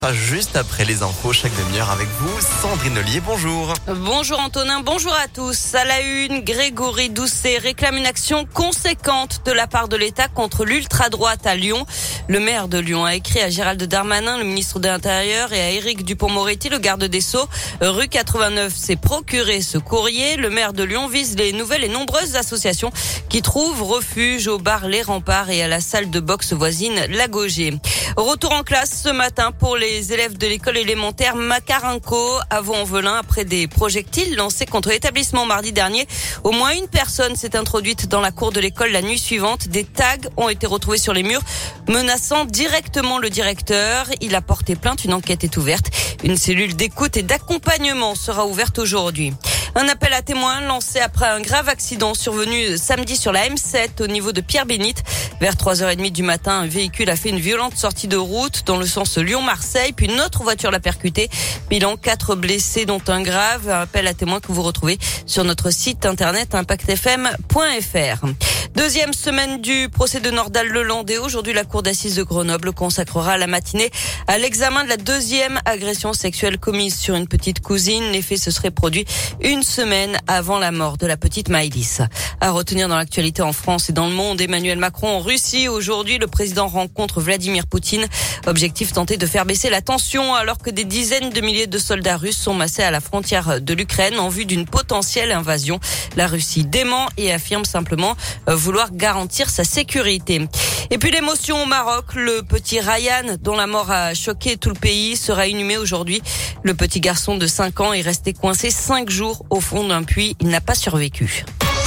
Juste après les infos, chaque demi-heure avec vous, Sandrine Ollier, bonjour. Bonjour Antonin, bonjour à tous. À la une, Grégory Doucet réclame une action conséquente de la part de l'État contre l'ultra-droite à Lyon. Le maire de Lyon a écrit à Gérald Darmanin, le ministre de l'Intérieur, et à Éric Dupond-Moretti, le garde des Sceaux. Rue 89 s'est procuré ce courrier. Le maire de Lyon vise les nouvelles et nombreuses associations qui trouvent refuge au bar Les Remparts et à la salle de boxe voisine La Gaugée. Retour en classe ce matin pour les élèves de l'école élémentaire Makarenko à Vaux-en-Velin après des projectiles lancés contre l'établissement mardi dernier. Au moins une personne s'est introduite dans la cour de l'école la nuit suivante. Des tags ont été retrouvés sur les murs menaçant directement le directeur. Il a porté plainte. Une enquête est ouverte. Une cellule d'écoute et d'accompagnement sera ouverte aujourd'hui. Un appel à témoins lancé après un grave accident survenu samedi sur la M7 au niveau de Pierre-Bénite. Vers 3h30 du matin, un véhicule a fait une violente sortie de route dans le sens Lyon-Marseille, puis une autre voiture l'a percuté. Bilan 4 blessés, dont un grave. Un appel à témoins que vous retrouvez sur notre site internet impactfm.fr. Deuxième semaine du procès de Nordal-Lelandais. Aujourd'hui, la cour d'assises de Grenoble consacrera la matinée à l'examen de la deuxième agression sexuelle commise sur une petite cousine. Les faits se seraient produits une semaine avant la mort de la petite Maëlys. À retenir dans l'actualité en France et dans le monde, Emmanuel Macron en Russie. Aujourd'hui, le président rencontre Vladimir Poutine. Objectif, tenter de faire baisser la tension alors que des dizaines de milliers de soldats russes sont massés à la frontière de l'Ukraine en vue d'une potentielle invasion. La Russie dément et affirme simplement vouloir garantir sa sécurité. Et puis l'émotion au Maroc, le petit Ryan, dont la mort a choqué tout le pays, sera inhumé aujourd'hui. Le petit garçon de 5 ans est resté coincé 5 jours au fond d'un puits. Il n'a pas survécu.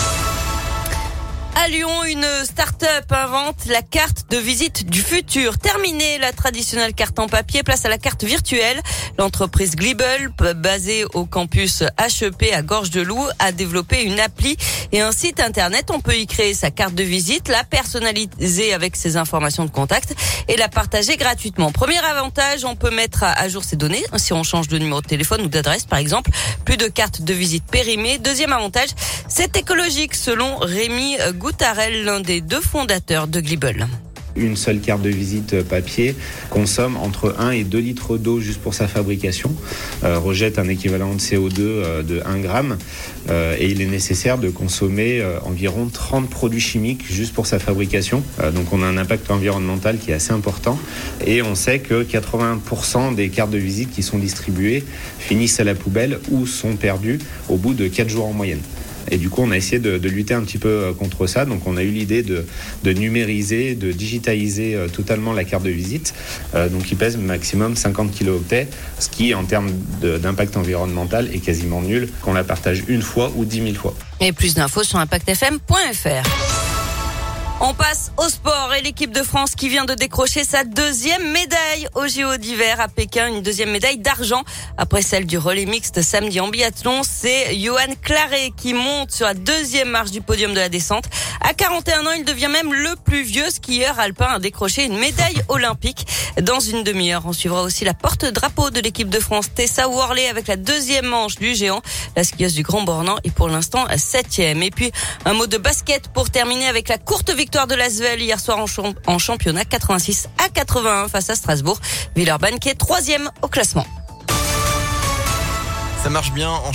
À Lyon, une start-up invente la carte de visite du futur. Terminée la traditionnelle carte en papier, place à la carte virtuelle. L'entreprise Glibble, basée au campus HEP à Gorge-de-Loup, a développé une appli et un site internet. On peut y créer sa carte de visite, la personnaliser avec ses informations de contact et la partager gratuitement. Premier avantage, on peut mettre à jour ses données, si on change de numéro de téléphone ou d'adresse par exemple. Plus de cartes de visite périmées. Deuxième avantage, c'est écologique selon Rémi Goutarel, l'un des 2 fondateurs de Glibble. Une seule carte de visite papier consomme entre 1 et 2 litres d'eau juste pour sa fabrication, rejette un équivalent de CO2 de 1 gramme et il est nécessaire de consommer environ 30 produits chimiques juste pour sa fabrication. Donc on a un impact environnemental qui est assez important et on sait que 80% des cartes de visite qui sont distribuées finissent à la poubelle ou sont perdues au bout de 4 jours en moyenne. Et du coup, on a essayé de lutter un petit peu contre ça. Donc, on a eu l'idée de numériser, de digitaliser totalement la carte de visite. Donc, qui pèse maximum 50 kilooctets, ce qui, en termes d'impact environnemental, est quasiment nul, qu'on la partage une fois ou 10 000 fois. Et plus d'infos sur impactfm.fr. On passe au sport et l'équipe de France qui vient de décrocher sa 2e médaille au JO d'hiver à Pékin, une 2e médaille d'argent après celle du relais mixte samedi en biathlon. C'est Johan Claret qui monte sur la 2e marche du podium de la descente. À 41 ans, il devient même le plus vieux skieur alpin à décrocher une médaille olympique. Dans une demi-heure, on suivra aussi la porte-drapeau de l'équipe de France, Tessa Worley, avec la 2e manche du géant. La skieuse du Grand Bornand est pour l'instant 7e. Et puis, un mot de basket pour terminer avec la courte victoire de l'Asvel hier soir en championnat, 86-81 face à Strasbourg. Villeurbanne qui est 3e au classement. Ça marche bien en